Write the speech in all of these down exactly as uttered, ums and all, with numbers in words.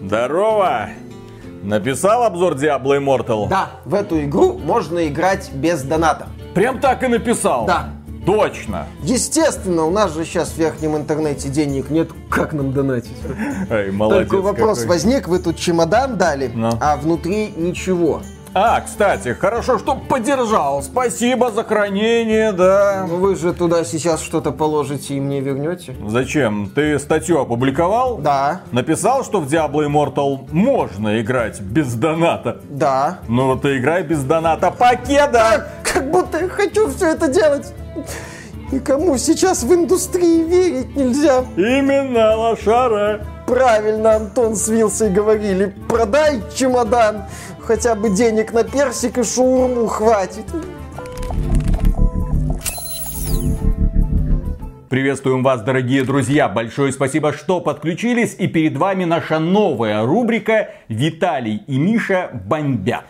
Здорово! Написал обзор Diablo Immortal? Да, в эту игру можно играть без доната. Прям так и написал? Да. Точно. Естественно, у нас же сейчас в верхнем интернете денег нет. Как нам донатить? Эй, молодец. Только вопрос какой. возник, вы тут чемодан дали, Но. а внутри ничего. А, кстати, хорошо, что поддержал. Спасибо за хранение, да. Ну вы же туда сейчас что-то положите и мне вернете? Зачем? Ты статью опубликовал? Да. Написал, что в Diablo Immortal можно играть без доната? Да. Ну вот и играй без доната. Покеда! Как, как будто я хочу все это делать. Никому сейчас в индустрии верить нельзя. Именно, лошара. Правильно, Антон с Вилсой говорили, продай чемодан, хотя бы денег на персик и шаурму хватит. Приветствуем вас, дорогие друзья. Большое спасибо, что подключились. И перед вами наша новая рубрика «Виталий и Миша бомбят».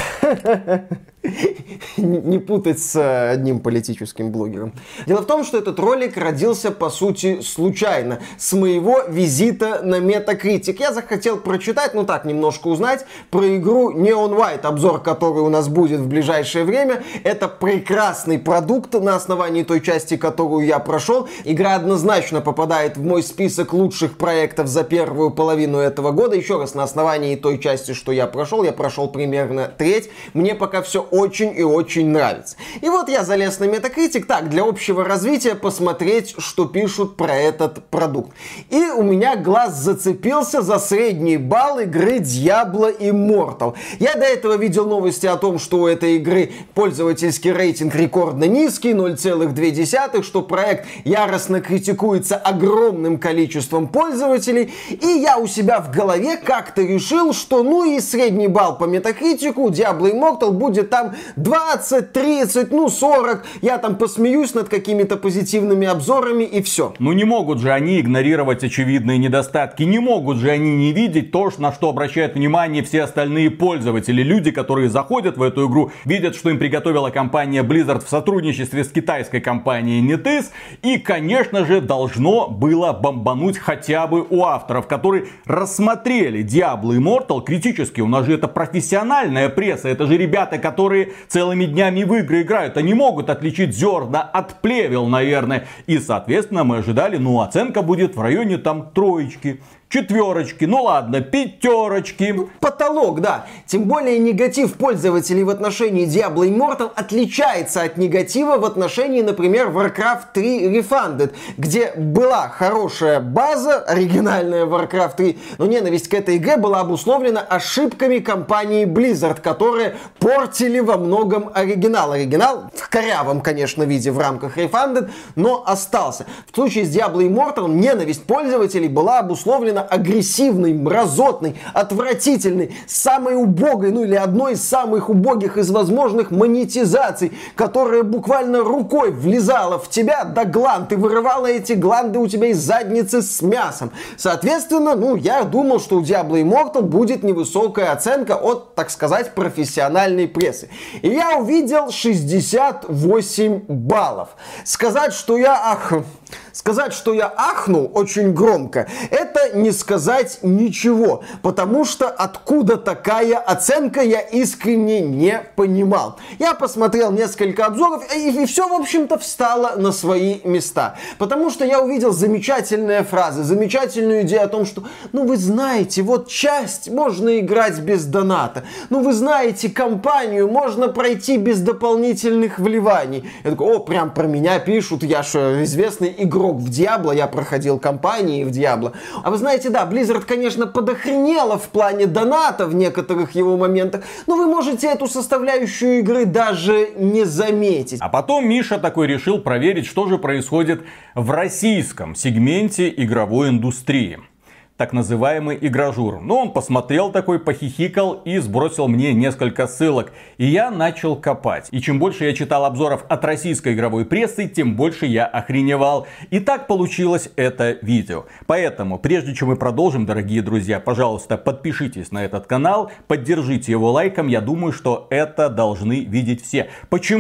Не путать с одним политическим блогером. Дело в том, что этот ролик родился, по сути, случайно. С моего визита на Metacritic. Я захотел прочитать, ну так, немножко узнать про игру Neon White, обзор который у нас будет в ближайшее время. Это прекрасный продукт на основании той части, которую я прошел. Игра однозначно попадает в мой список лучших проектов за первую половину этого года. Еще раз, на основании той части, что я прошел, я прошел примерно треть. Мне пока все очень и очень нравится. И вот я залез на Metacritic, так, для общего развития посмотреть, что пишут про этот продукт. И у меня глаз зацепился за средний балл игры Diablo Immortal. Я до этого видел новости о том, что у этой игры пользовательский рейтинг рекордно низкий, ноль целых две десятых, что проект яростно критикуется огромным количеством пользователей. И я у себя в голове как-то решил, что ну и средний балл по Metacritic у Diablo Immortal будет там двадцать, тридцать, ну сорок. Я там посмеюсь над какими-то позитивными обзорами и все. Ну не могут же они игнорировать очевидные недостатки. Не могут же они не видеть то, на что обращают внимание все остальные пользователи. Люди, которые заходят в эту игру, видят, что им приготовила компания Blizzard в сотрудничестве с китайской компанией NetEase. И, конечно же, должно было бомбануть хотя бы у авторов, которые рассмотрели Diablo Immortal критически. У нас же это профессиональная пресса. Это же ребята, которые целыми днями в игры играют. Они могут отличить зерна от плевел, наверное. И, соответственно, мы ожидали, ну, оценка будет в районе там троечки. Четверочки, ну ладно, пятерочки. Ну, потолок, да. Тем более негатив пользователей в отношении Diablo Immortal отличается от негатива в отношении, например, Warcraft три Refunded, где была хорошая база, оригинальная Warcraft три, но ненависть к этой игре была обусловлена ошибками компании Blizzard, которые портили во многом оригинал. Оригинал в корявом, конечно, виде в рамках Refunded, но остался. В случае с Diablo Immortal ненависть пользователей была обусловлена агрессивной, мразотной, отвратительной, самой убогой, ну или одной из самых убогих из возможных монетизаций, которая буквально рукой влезала в тебя до гланд и вырывала эти гланды у тебя из задницы с мясом. Соответственно, ну я думал, что у Diablo Immortal будет невысокая оценка от, так сказать, профессиональной прессы. И я увидел шестьдесят восемь баллов. Сказать, что я ах... Сказать, что я ахнул очень громко, это не сказать ничего, потому что откуда такая оценка, я искренне не понимал. Я посмотрел несколько обзоров, и, и все, в общем-то, встало на свои места. Потому что я увидел замечательные фразы, замечательную идею о том, что, ну вы знаете, вот часть можно играть без доната, ну вы знаете, кампанию можно пройти без дополнительных вливаний. Я такой, о, прям про меня пишут, я же известный игрок в Diablo, я проходил кампании в Diablo. А вы знаете, да, Blizzard, конечно, подохренела в плане доната в некоторых его моментах, но вы можете эту составляющую игры даже не заметить. А потом Миша такой решил проверить, что же происходит в российском сегменте игровой индустрии. Так называемый игражур. Но он посмотрел такой, похихикал и сбросил мне несколько ссылок. И я начал копать. И чем больше я читал обзоров от российской игровой прессы, тем больше я охреневал. И так получилось это видео. Поэтому, прежде чем мы продолжим, дорогие друзья, пожалуйста, подпишитесь на этот канал, поддержите его лайком. Я думаю, что это должны видеть все. Почему?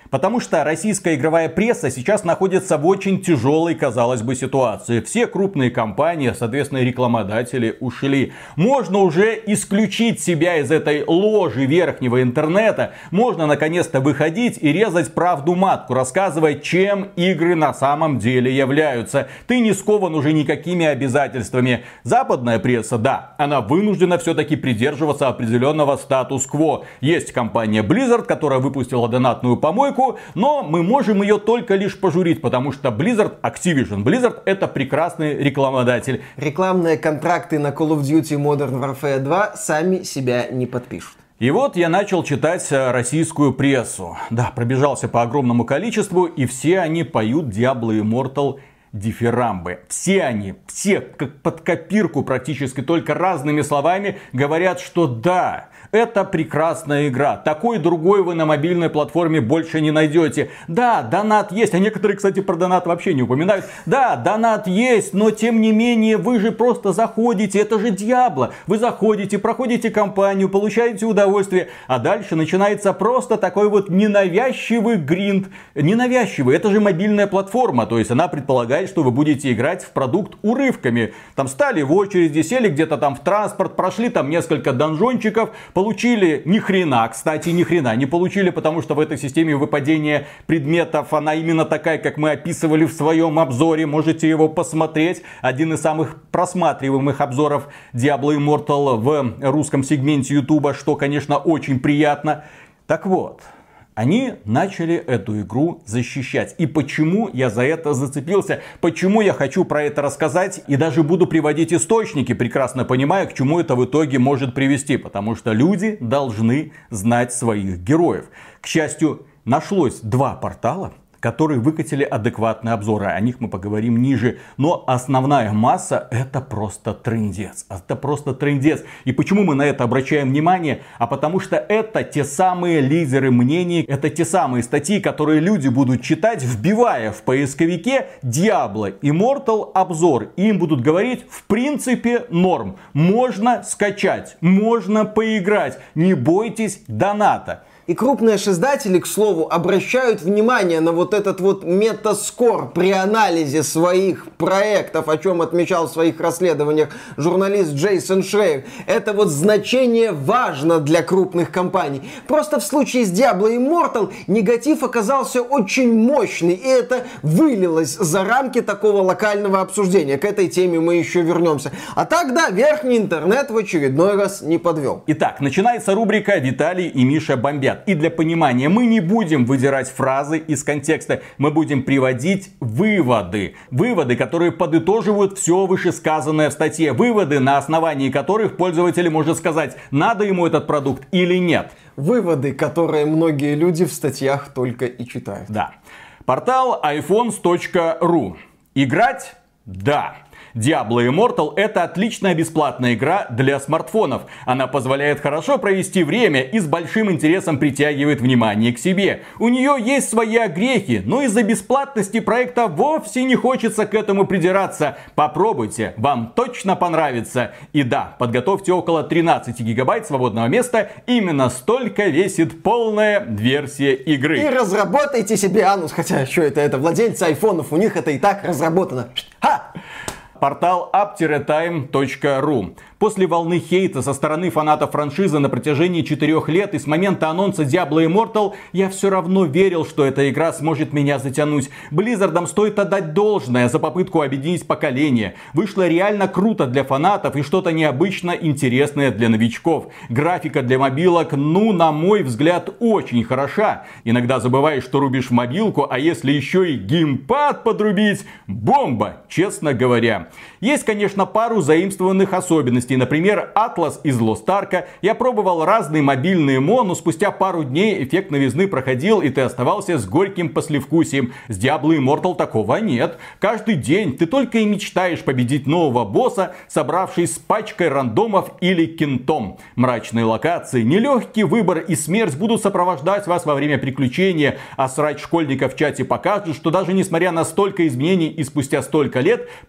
Потому что российская игровая пресса сейчас находится в очень тяжелой, казалось бы, ситуации. Все крупные компании, соответственно, рекламодатели ушли. Можно уже исключить себя из этой ложи верхнего интернета. Можно наконец-то выходить и резать правду матку, рассказывая, чем игры на самом деле являются. Ты не скован уже никакими обязательствами. Западная пресса, да, она вынуждена все-таки придерживаться определенного статус-кво. Есть компания Blizzard, которая выпустила донатную помойку, но мы можем ее только лишь пожурить, потому что Blizzard, Activision Blizzard, это прекрасный рекламодатель. Рекламные контракты на Call of Duty Modern Warfare два сами себя не подпишут. И вот я начал читать российскую прессу. Да, пробежался по огромному количеству, и все они поют Diablo Immortal дифирамбы. Все они, все как под копирку практически, только разными словами говорят, что да, это прекрасная игра. Такой другой вы на мобильной платформе больше не найдете. Да, донат есть. А некоторые, кстати, про донат вообще не упоминают. Да, донат есть, но тем не менее вы же просто заходите. Это же Diablo. Вы заходите, проходите кампанию, получаете удовольствие. А дальше начинается просто такой вот ненавязчивый гринд. Ненавязчивый. Это же мобильная платформа. То есть она предполагает, что вы будете играть в продукт урывками. Там стали в очереди, сели где-то там в транспорт, прошли там несколько донжончиков, получили ни хрена, кстати, ни хрена не получили, потому что в этой системе выпадения предметов, она именно такая, как мы описывали в своем обзоре. Можете его посмотреть. Один из самых просматриваемых обзоров Diablo Immortal в русском сегменте Ютуба, что, конечно, очень приятно. Так вот, они начали эту игру защищать. И почему я за это зацепился? Почему я хочу про это рассказать? И даже буду приводить источники, прекрасно понимая, к чему это в итоге может привести. Потому что люди должны знать своих героев. К счастью, нашлось два портала, которые выкатили адекватные обзоры. О них мы поговорим ниже. Но основная масса — это просто трындец. Это просто трындец. И почему мы на это обращаем внимание? А потому что это те самые лидеры мнений. Это те самые статьи, которые люди будут читать, вбивая в поисковике Diablo Immortal обзор. И им будут говорить: в принципе норм. Можно скачать. Можно поиграть. Не бойтесь доната. И крупные издатели, к слову, обращают внимание на вот этот вот метаскор при анализе своих проектов, о чем отмечал в своих расследованиях журналист Джейсон Шрейер. Это вот значение важно для крупных компаний. Просто в случае с Diablo Immortal негатив оказался очень мощный, и это вылилось за рамки такого локального обсуждения. К этой теме мы еще вернемся. А так, да, верхний интернет в очередной раз не подвел. Итак, начинается рубрика «Виталий и Миша бомбят». И для понимания, мы не будем выдирать фразы из контекста, мы будем приводить выводы. Выводы, которые подытоживают все вышесказанное в статье. Выводы, на основании которых пользователь может сказать, надо ему этот продукт или нет. Выводы, которые многие люди в статьях только и читают. Да. Портал айфонс точка ру. Играть? Да. Diablo Immortal — это отличная бесплатная игра для смартфонов. Она позволяет хорошо провести время и с большим интересом притягивает внимание к себе. У нее есть свои огрехи, но из-за бесплатности проекта вовсе не хочется к этому придираться. Попробуйте, вам точно понравится. И да, подготовьте около тринадцати гигабайт свободного места, именно столько весит полная версия игры. И разработайте себе анус, хотя что это, это владельцы айфонов, у них это и так разработано. Ха! Портал ап тайм точка ру. После волны хейта со стороны фанатов франшизы на протяжении четырех лет и с момента анонса Diablo Immortal я все равно верил, что эта игра сможет меня затянуть. Blizzard'ам стоит отдать должное за попытку объединить поколение. Вышло реально круто для фанатов и что-то необычно интересное для новичков. Графика для мобилок, ну, на мой взгляд, очень хороша. Иногда забываешь, что рубишь в мобилку, а если еще и геймпад подрубить, бомба, честно говоря. Есть, конечно, пару заимствованных особенностей. Например, Атлас из Lost Ark. Я пробовал разные мобильные мо, но спустя пару дней эффект новизны проходил, и ты оставался с горьким послевкусием. С Diablo Immortal такого нет. Каждый день ты только и мечтаешь победить нового босса, собравшись с пачкой рандомов или кентом. Мрачные локации, нелегкий выбор и смерть будут сопровождать вас во время приключения, а срач школьников в чате покажет, что даже несмотря на столько изменений и спустя столько лет, прежний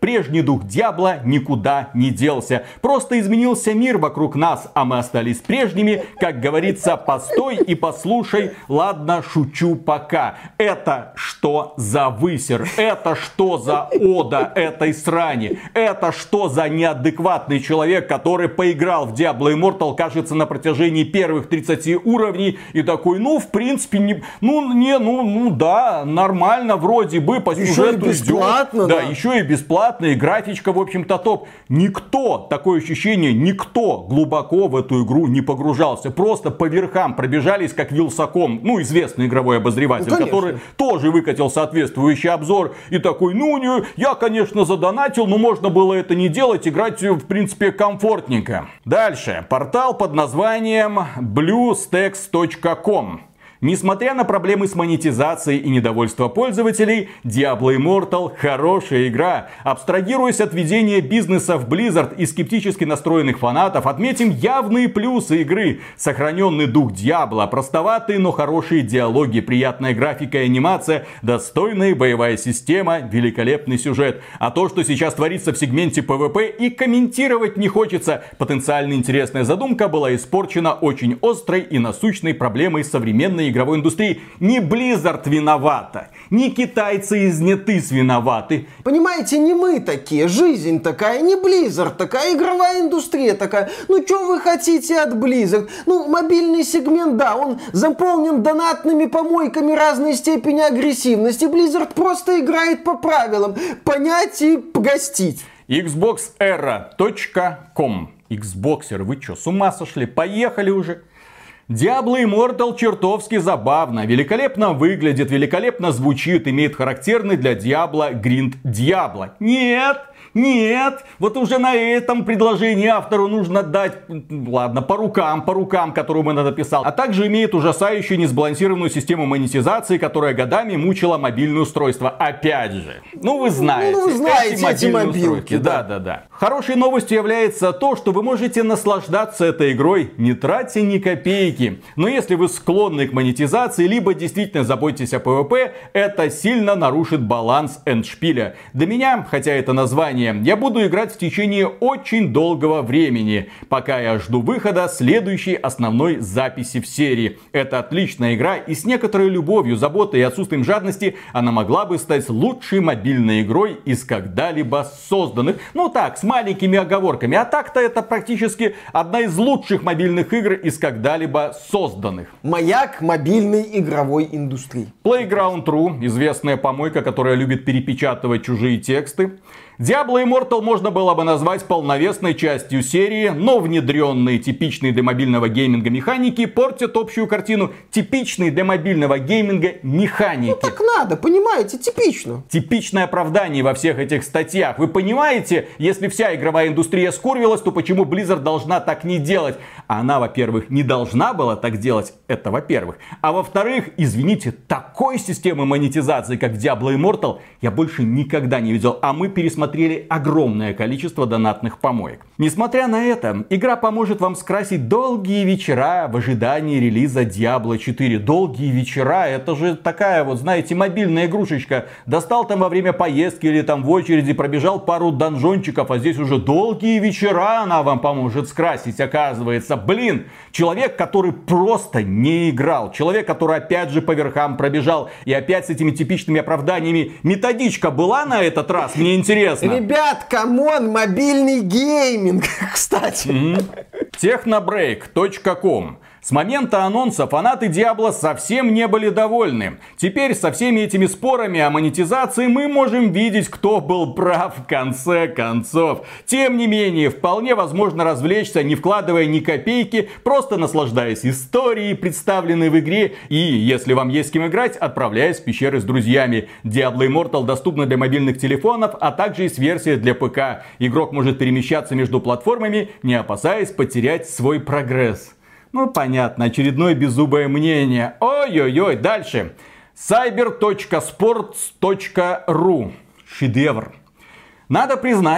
дух Диабло никуда не делся. Просто изменился мир вокруг нас, а мы остались прежними. Как говорится, постой и послушай. Ладно, шучу пока. Это что за высер? Это что за ода этой срани? Это что за неадекватный человек, который поиграл в Diablo Immortal, кажется, на протяжении первых тридцати уровней и такой, ну, в принципе, не, ну, не, ну, ну, да, нормально вроде бы, по сюжету еще и бесплатно, идет. Да, да, еще и бесплатно, и графичка, в общем-то, топ. Никто, такое ощущение, никто глубоко в эту игру не погружался. Просто по верхам пробежались, как Вилсаком, ну, известный игровой обозреватель, ну, который тоже выкатил соответствующий обзор и такой, ну, не, я, конечно, задонатил, но можно было это не делать, играть, в принципе, комфортненько. Дальше. Портал под названием блю стэкс точка ком. Несмотря на проблемы с монетизацией и недовольство пользователей, Diablo Immortal хорошая игра. Абстрагируясь от ведения бизнеса в Blizzard и скептически настроенных фанатов, отметим явные плюсы игры. Сохраненный дух Diablo, простоватые, но хорошие диалоги, приятная графика и анимация, достойная боевая система, великолепный сюжет. А то, что сейчас творится в сегменте пэ вэ пэ, и комментировать не хочется. Потенциально интересная задумка была испорчена очень острой и насущной проблемой современной игровой индустрии. Не Blizzard виновата, не китайцы из Нетыс виноваты. Понимаете, не мы такие, жизнь такая, не Blizzard такая, игровая индустрия такая. Ну что вы хотите от Blizzard? Ну, мобильный сегмент, да, он заполнен донатными помойками разной степени агрессивности. Blizzard просто играет по правилам. Понять и погостить. икс бокс эра точка ком. Xboxer, вы что, с ума сошли? Поехали уже. Diablo Immortal чертовски забавно, великолепно выглядит, великолепно звучит, имеет характерный для Diablo гринд Diablo. Нет! Нет, вот уже на этом предложении автору нужно дать, ладно, по рукам, по рукам, которую он написал. А также имеет ужасающую несбалансированную систему монетизации, которая годами мучила мобильное устройство. Опять же, ну вы знаете, ну, вы знаете эти мобильные эти мобилки, устройства. Да, да, да. Хорошей новостью является то, что вы можете наслаждаться этой игрой, не тратя ни копейки. Но если вы склонны к монетизации, либо действительно заботитесь о пэ вэ пэ, это сильно нарушит баланс эндшпиля. Для меня, хотя это название, я буду играть в течение очень долгого времени, пока я жду выхода следующей основной записи в серии. Это отличная игра, и с некоторой любовью, заботой и отсутствием жадности она могла бы стать лучшей мобильной игрой из когда-либо созданных. Ну так, с маленькими оговорками. А так-то это практически одна из лучших мобильных игр из когда-либо созданных. Маяк мобильной игровой индустрии. Playground точка ру, известная помойка, которая любит перепечатывать чужие тексты. Diablo Immortal можно было бы назвать полновесной частью серии, но внедренные типичные для мобильного гейминга механики портят общую картину типичной для мобильного гейминга механики. Ну так надо, понимаете, типично. Типичное оправдание во всех этих статьях. Вы понимаете, если вся игровая индустрия скурвилась, то почему Blizzard должна так не делать? Она, во-первых, не должна была так делать, это во-первых. А во-вторых, извините, такой системы монетизации, как в Diablo Immortal, я больше никогда не видел. А мы пересмотрели огромное количество донатных помоек. Несмотря на это, игра поможет вам скрасить долгие вечера в ожидании релиза Diablo четыре. Долгие вечера, это же такая вот, знаете, мобильная игрушечка. Достал там во время поездки или там в очереди, пробежал пару донжончиков, а здесь уже долгие вечера она вам поможет скрасить, оказывается. Блин, человек, который просто не играл, человек, который опять же по верхам пробежал, и опять с этими типичными оправданиями. Методичка была на этот раз? Мне интересно. Ребят, камон, мобильный гейминг, кстати. технобрейк точка ком. С момента анонса фанаты Diablo совсем не были довольны. Теперь со всеми этими спорами о монетизации мы можем видеть, кто был прав в конце концов. Тем не менее, вполне возможно развлечься, не вкладывая ни копейки, просто наслаждаясь историей, представленной в игре, и, если вам есть с кем играть, отправляясь в пещеры с друзьями. Diablo Immortal доступна для мобильных телефонов, а также есть версия для пэ ка. Игрок может перемещаться между платформами, не опасаясь потерять свой прогресс. Ну, понятно, очередное беззубое мнение. Ой-ой-ой, дальше. сайбер точка спортс точка ру. Шедевр. Надо признать,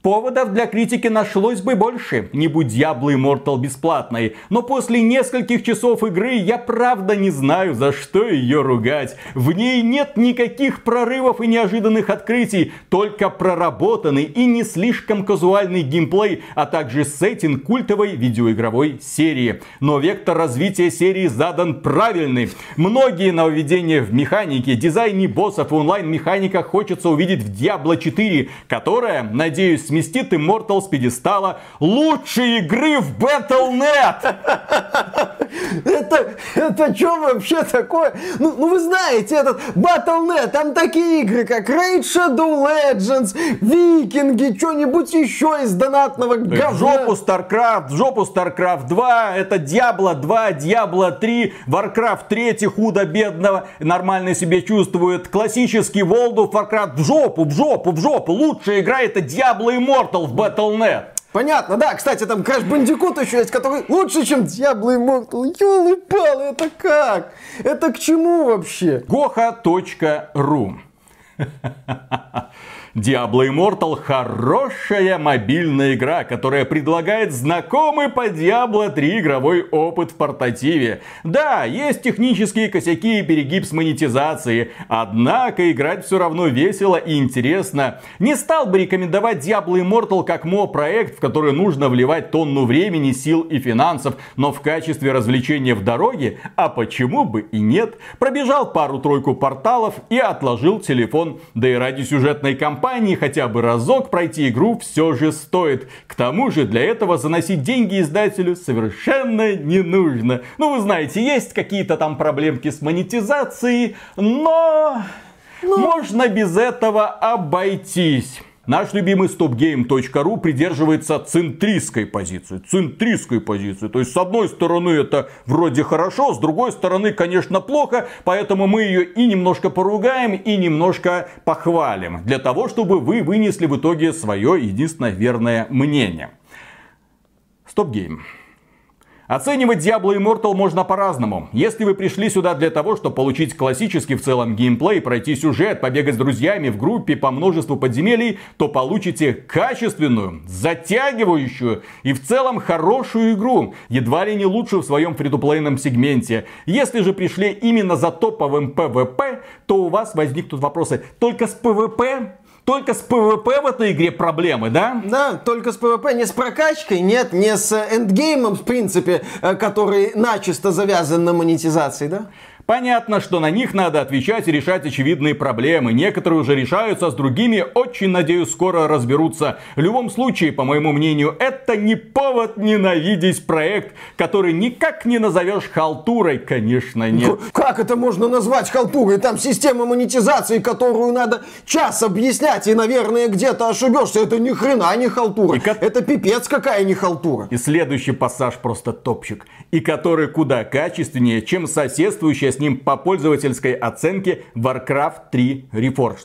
Поводов для критики нашлось бы больше, не будь Diablo Immortal бесплатной. Но после нескольких часов игры я правда не знаю, за что ее ругать. В ней нет никаких прорывов и неожиданных открытий, только проработанный и не слишком казуальный геймплей, а также сеттинг культовой видеоигровой серии. Но вектор развития серии задан правильный. Многие нововведения в механике, дизайне боссов и онлайн-механиках хочется увидеть в Diablo четыре, которая, надеюсь, сместит Immortal с пьедестала лучшей игры в Battle точка нет. Это, это что вообще такое? Ну, ну вы знаете, этот Battle точка нет, там такие игры, как Raid Shadow Legends, Викинги, что-нибудь еще из донатного говна. В жопу StarCraft, в жопу StarCraft два, это Diablo два, Diablo три, Warcraft три худо-бедного нормально себя чувствует, классический World of Warcraft в жопу, в жопу, в жопу. Лучшая игра это Diablo Immortal в Battle точка нет. Понятно, да, кстати, там Crash Bandicoot еще есть, который лучше, чем Diablo Immortal. Ёлы-палы, это как? Это к чему вообще? гоха точка ру Diablo Immortal хорошая мобильная игра, которая предлагает знакомый по Diablo три игровой опыт в портативе. Да, есть технические косяки и перегиб с монетизацией, однако играть все равно весело и интересно. Не стал бы рекомендовать Diablo Immortal как мо-проект, в который нужно вливать тонну времени, сил и финансов, но в качестве развлечения в дороге, а почему бы и нет, пробежал пару-тройку порталов и отложил телефон, да и ради сюжетной кампании хотя бы разок пройти игру все же стоит. К тому же для этого заносить деньги издателю совершенно не нужно. Ну вы знаете, есть какие-то там проблемки с монетизацией, но ну... можно без этого обойтись. Наш любимый стоп гейм точка ру придерживается центристской позиции. Центристской позиции. То есть, с одной стороны, это вроде хорошо, с другой стороны, конечно, плохо. Поэтому мы ее и немножко поругаем, и немножко похвалим. Для того, чтобы вы вынесли в итоге свое единственно верное мнение. Стоп гейм. Оценивать Diablo Immortal можно по-разному. Если вы пришли сюда для того, чтобы получить классический в целом геймплей, пройти сюжет, побегать с друзьями в группе по множеству подземелий, то получите качественную, затягивающую и в целом хорошую игру. Едва ли не лучшую в своем фри-то-плейном сегменте. Если же пришли именно за топовым пэ вэ пэ, то у вас возникнут вопросы. Только с пэ вэ пэ? Только с пэ вэ пэ в этой игре проблемы, да? Да, только с пэ вэ пэ, не с прокачкой, нет, не с эндгеймом, в принципе, который начисто завязан на монетизации, да? Понятно, что на них надо отвечать и решать очевидные проблемы. Некоторые уже решаются, а с другими, очень надеюсь, скоро разберутся. В любом случае, по моему мнению, это не повод ненавидеть проект, который никак не назовешь халтурой. Конечно, нет. Как это можно назвать халтурой? Там система монетизации, которую надо час объяснять, и, наверное, где-то ошибешься. Это ни хрена не халтура. Ко... Это пипец какая не халтура. И следующий пассаж просто топчик. И который куда качественнее, чем соседствующая с ним по пользовательской оценке Warcraft три Reforged.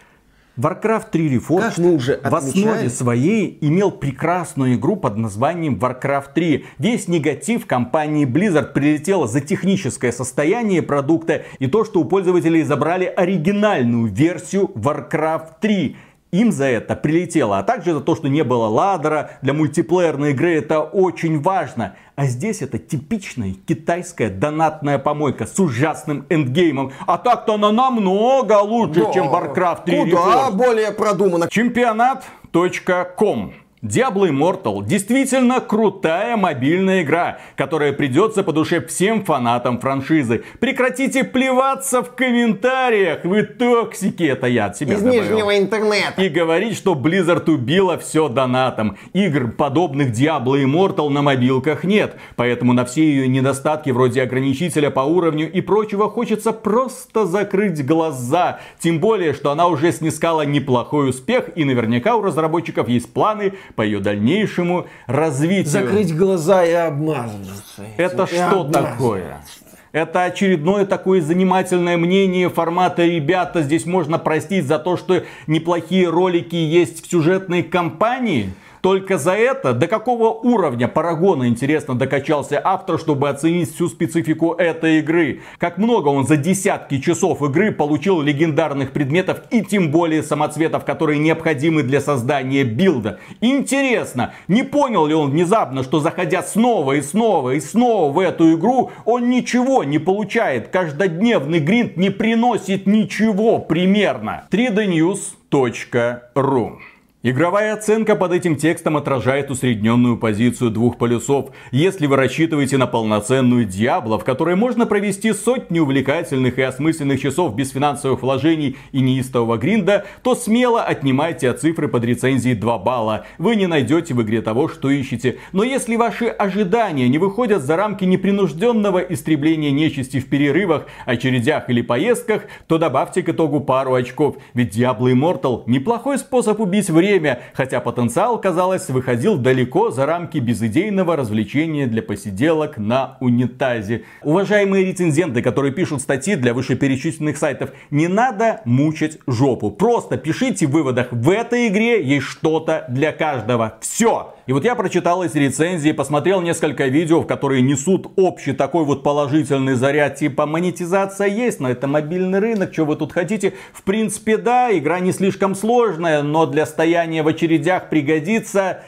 Warcraft три Reforged мы уже в основе своей имел прекрасную игру под названием Warcraft три. Весь негатив компании Blizzard прилетел за техническое состояние продукта и то, что у пользователей забрали оригинальную версию Warcraft три. Им за это прилетело, а также за то, что не было ладдера для мультиплеерной игры, это очень важно. А здесь это типичная китайская донатная помойка с ужасным эндгеймом. А так-то она намного лучше, да, чем Warcraft три Reforged. Куда более продумано. Чемпионат точка ком. Diablo Immortal действительно крутая мобильная игра, которая придется по душе всем фанатам франшизы. Прекратите плеваться в комментариях, вы токсики, это я от себя из добавил. Нижнего интернета. И говорить, что Blizzard убила все донатом. Игр, подобных Diablo Immortal, на мобилках нет. Поэтому на все ее недостатки, вроде ограничителя по уровню и прочего, хочется просто закрыть глаза. Тем более, что она уже снискала неплохой успех, и наверняка у разработчиков есть планы по ее дальнейшему развитию. Закрыть глаза и обмазываться. Это и что такое? Это очередное такое занимательное мнение формата «Ребята, здесь можно простить за то, что неплохие ролики есть в сюжетной кампании». только за это? До какого уровня Парагона, интересно, докачался автор, чтобы оценить всю специфику этой игры? Как много он за десятки часов игры получил легендарных предметов и тем более самоцветов, которые необходимы для создания билда? Интересно, не понял ли он внезапно, что заходя снова и снова и снова в эту игру, он ничего не получает? Каждодневный гринд не приносит ничего примерно. три дэ ньюс точка ру. Игровая оценка под этим текстом отражает усредненную позицию двух полюсов. Если вы рассчитываете на полноценную Диабло, в которой можно провести сотни увлекательных и осмысленных часов без финансовых вложений и неистового гринда, то смело отнимайте от цифры под рецензией два балла. Вы не найдете в игре того, что ищете. Но если ваши ожидания не выходят за рамки непринужденного истребления нечисти в перерывах, очередях или поездках, то добавьте к итогу пару очков. Ведь Diablo Immortal неплохой способ убить время, хотя потенциал, казалось, выходил далеко за рамки безыдейного развлечения для посиделок на унитазе. Уважаемые рецензенты, которые пишут статьи для вышеперечисленных сайтов, не надо мучить жопу. Просто пишите в выводах: в этой игре есть что-то для каждого. Все. И вот я прочитал эти рецензии, посмотрел несколько видео, которые несут общий такой вот положительный заряд, типа монетизация есть, но это мобильный рынок, что вы тут хотите? В принципе, да, игра не слишком сложная, но для стояния в очередях пригодится.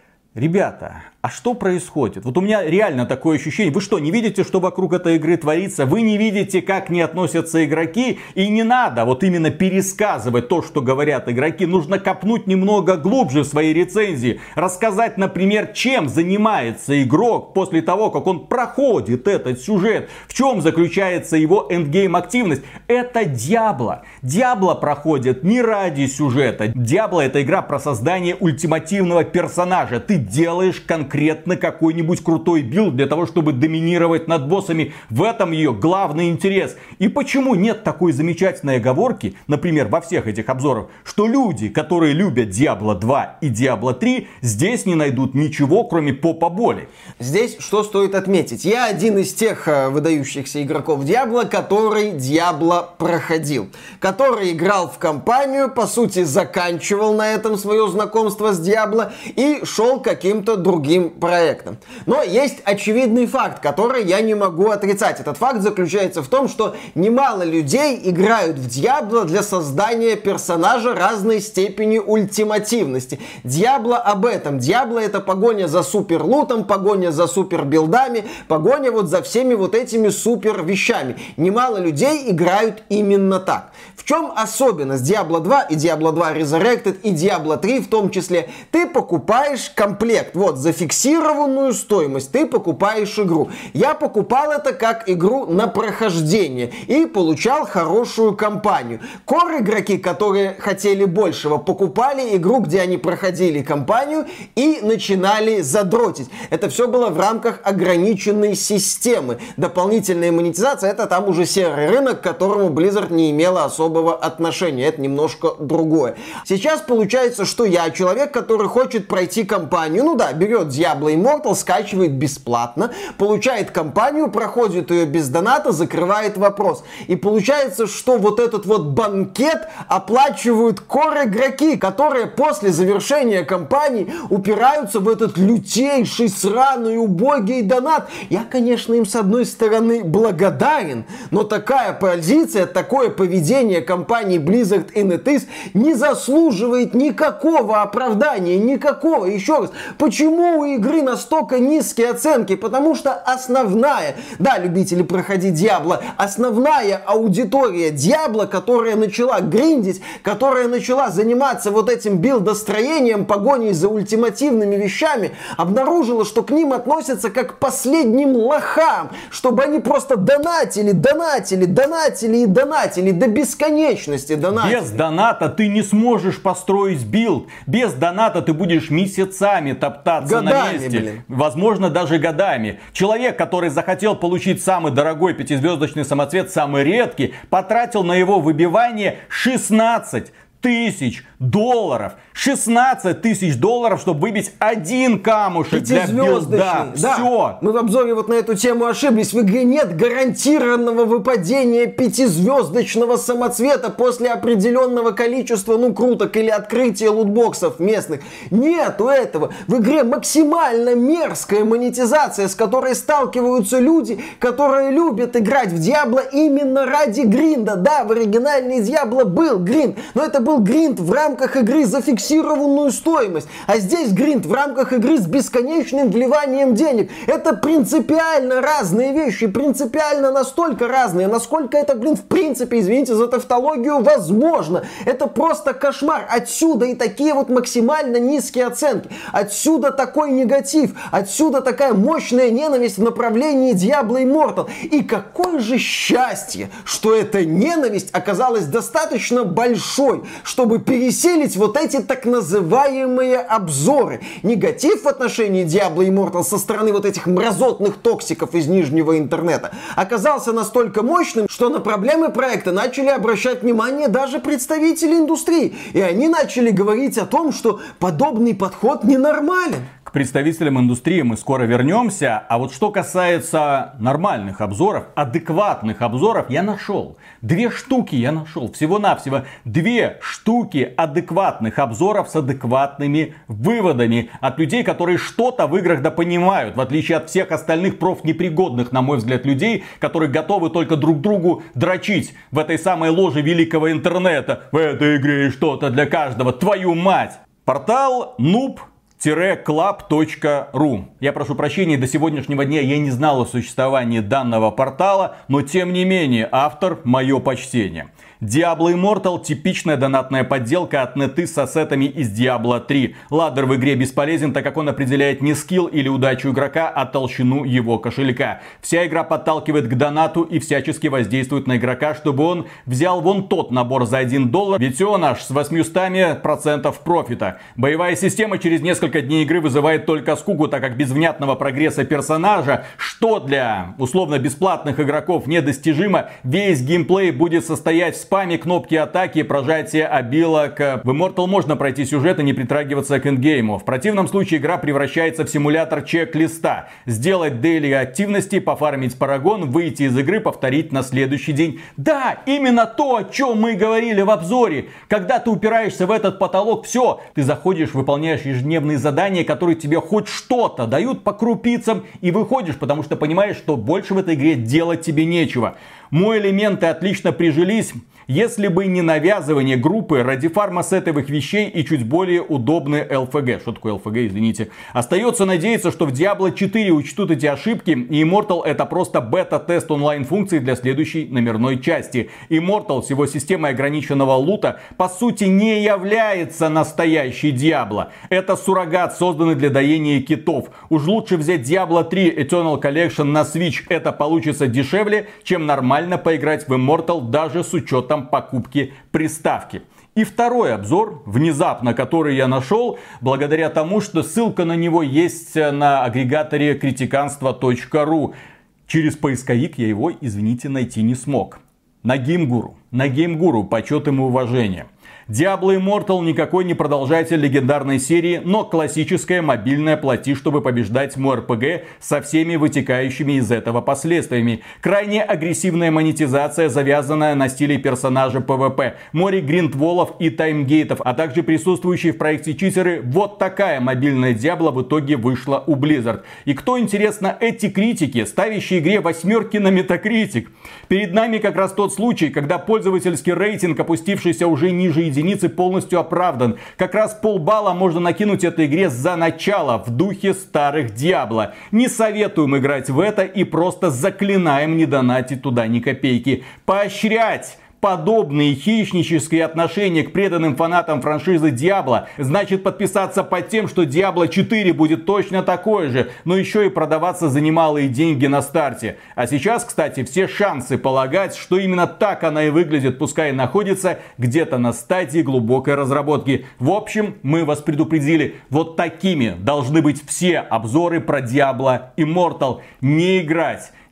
Ребята, а что происходит? Вот у меня реально такое ощущение. Вы что, не видите, что вокруг этой игры творится? Вы не видите, как к ней относятся игроки? И не надо вот именно пересказывать то, что говорят игроки. Нужно копнуть немного глубже в своей рецензии. Рассказать, например, чем занимается игрок после того, как он проходит этот сюжет. В чем заключается его эндгейм активность. Это Diablo. Diablo проходит не ради сюжета. Diablo — это игра про создание ультимативного персонажа. Ты делаешь конкретно конкретно какой-нибудь крутой билд для того, чтобы доминировать над боссами. В этом ее главный интерес. И почему нет такой замечательной оговорки, например, во всех этих обзорах, что люди, которые любят Diablo два и Diablo три, здесь не найдут ничего, кроме попа боли. Здесь что стоит отметить? Я один из тех э, выдающихся игроков Diablo, который Diablo проходил. Который играл в кампанию, по сути, заканчивал на этом свое знакомство с Diablo и шел каким-то другим проектом. Но есть очевидный факт, который я не могу отрицать. Этот факт заключается в том, что немало людей играют в Diablo для создания персонажа разной степени ультимативности. Diablo об этом. Diablo — это погоня за супер лутом, погоня за супер билдами, погоня вот за всеми вот этими супер вещами. Немало людей играют именно так. В чем особенность Diablo два и Diablo два Resurrected и Diablo три в том числе? Ты покупаешь комплект, вот, за фиксированную стоимость ты покупаешь игру. Я покупал это как игру на прохождение и получал хорошую кампанию. Core игроки, которые хотели большего, покупали игру, где они проходили кампанию и начинали задротить. Это все было в рамках ограниченной системы. Дополнительная монетизация — это там уже серый рынок, к которому Blizzard не имела особого отношения. Это немножко другое. Сейчас получается, что я человек, который хочет пройти кампанию. Ну да, берет Diablo Immortal, скачивает бесплатно, получает кампанию, проходит ее без доната, закрывает вопрос. И получается, что вот этот вот банкет оплачивают core игроки, которые после завершения кампании упираются в этот лютейший, сраный, убогий донат. Я, конечно, им с одной стороны благодарен, но такая позиция, такое поведение компании Blizzard и NetEase не заслуживает никакого оправдания, никакого. Еще раз, почему у игры настолько низкие оценки? Потому что основная, да, любители проходить Diablo, основная аудитория Diablo, которая начала гриндить, которая начала заниматься вот этим билдостроением, погоней за ультимативными вещами, обнаружила, что к ним относятся как к последним лохам, чтобы они просто донатили, донатили, донатили и донатили до бесконечности донатили. Без доната ты не сможешь построить билд. Без доната ты будешь месяцами топтаться годами, на месте. Блин. Возможно, даже годами. Человек, который захотел получить самый дорогой пятизвездочный самоцвет, самый редкий, потратил на его выбивание шестнадцать тысяч долларов. шестнадцать тысяч долларов, чтобы выбить один камушек для билда. Да. Все. Мы в обзоре вот на эту тему ошиблись. В игре нет гарантированного выпадения пятизвездочного самоцвета после определенного количества, ну, круток или открытия лутбоксов местных. Нету этого. В игре максимально мерзкая монетизация, с которой сталкиваются люди, которые любят играть в Диабло именно ради гринда. Да, в оригинальной Диабло был гринд, но это был гринд в рамках игры за фиксированную стоимость. А здесь гринд в рамках игры с бесконечным вливанием денег. Это принципиально разные вещи. Принципиально настолько разные, насколько это, блин, в принципе, извините за тавтологию, возможно. Это просто кошмар. Отсюда и такие вот максимально низкие оценки. Отсюда такой негатив. Отсюда такая мощная ненависть в направлении Diablo Immortal. И какое же счастье, что эта ненависть оказалась достаточно большой, чтобы переселить вот эти так называемые обзоры. Негатив в отношении Diablo Immortal со стороны вот этих мразотных токсиков из нижнего интернета оказался настолько мощным, что на проблемы проекта начали обращать внимание даже представители индустрии. И они начали говорить о том, что подобный подход ненормален. К представителям индустрии мы скоро вернемся. А вот что касается нормальных обзоров, адекватных обзоров, я нашел. Две штуки я нашел. Всего-навсего две штуки адекватных обзоров с адекватными выводами от людей, которые что-то в играх да понимают. В отличие от всех остальных профнепригодных, на мой взгляд, людей, которые готовы только друг другу дрочить в этой самой ложе великого интернета. В этой игре что-то для каждого. Твою мать! Портал Noob клаб точка ру. Я прошу прощения, до сегодняшнего дня я не знал о существовании данного портала, но тем не менее, автор, мое почтение. Diablo Immortal — типичная донатная подделка от неты с ассетами из Diablo три. Ладдер в игре бесполезен, так как он определяет не скилл или удачу игрока, а толщину его кошелька. Вся игра подталкивает к донату и всячески воздействует на игрока, чтобы он взял вон тот набор за один доллар, ведь он аж с восемьюстами процентов профита. Боевая система через несколько дней игры вызывает только скуку, так как без внятного прогресса персонажа, что для условно бесплатных игроков недостижимо, весь геймплей будет состоять в спаме, кнопки атаки, прожатие обилок. В Immortal можно пройти сюжет и не притрагиваться к эндгейму. В противном случае игра превращается в симулятор чек-листа. Сделать дейли активности, пофармить парагон, выйти из игры, повторить на следующий день. Да, именно то, о чем мы говорили в обзоре. Когда ты упираешься в этот потолок, все, ты заходишь, выполняешь ежедневные задания, которые тебе хоть что-то дают по крупицам, и выходишь, потому что понимаешь, что больше в этой игре делать тебе нечего. Мои элементы отлично прижились, если бы не навязывание группы ради фарма-сетовых вещей и чуть более удобный эл эф джи. Что такое эл эф джи, извините. Остается надеяться, что в Diablo четыре учтут эти ошибки, и Immortal — это просто бета-тест онлайн-функций для следующей номерной части. Immortal с его системой ограниченного лута по сути не является настоящей Diablo. Это суррогат, созданный для доения китов. Уж лучше взять Diablo три Eternal Collection на Switch, это получится дешевле, чем нормально поиграть в Immortal даже с учетом покупки приставки. И второй обзор, внезапно, который я нашел, благодаря тому, что ссылка на него есть на агрегаторе критиканство точка ру. Через поисковик я его, извините, найти не смог. На GameGuru. На GameGuru, почет им и уважение. Diablo Immortal никакой не продолжатель легендарной серии, но классическая мобильная плати, чтобы побеждать МО-РПГ со всеми вытекающими из этого последствиями. Крайне агрессивная монетизация, завязанная на стиле персонажа PvP, море гриндволов и таймгейтов, а также присутствующие в проекте читеры. Вот такая мобильная Diablo в итоге вышла у Blizzard. И кто, интересно, эти критики, ставящие игре восьмерки на Metacritic? Перед нами как раз тот случай, когда пользовательский рейтинг, опустившийся уже ниже единицы, полностью оправдан. Как раз полбалла можно накинуть этой игре за начало в духе старых Diablo. Не советуем играть в это и просто заклинаем не донатить туда ни копейки. Поощрять подобные хищнические отношения к преданным фанатам франшизы Diablo значит подписаться под тем, что Diablo четыре будет точно такой же, но еще и продаваться за немалые деньги на старте. А сейчас, кстати, все шансы полагать, что именно так она и выглядит, пускай и находится где-то на стадии глубокой разработки. В общем, мы вас предупредили, вот такими должны быть все обзоры про Diablo Immortal. Не играть,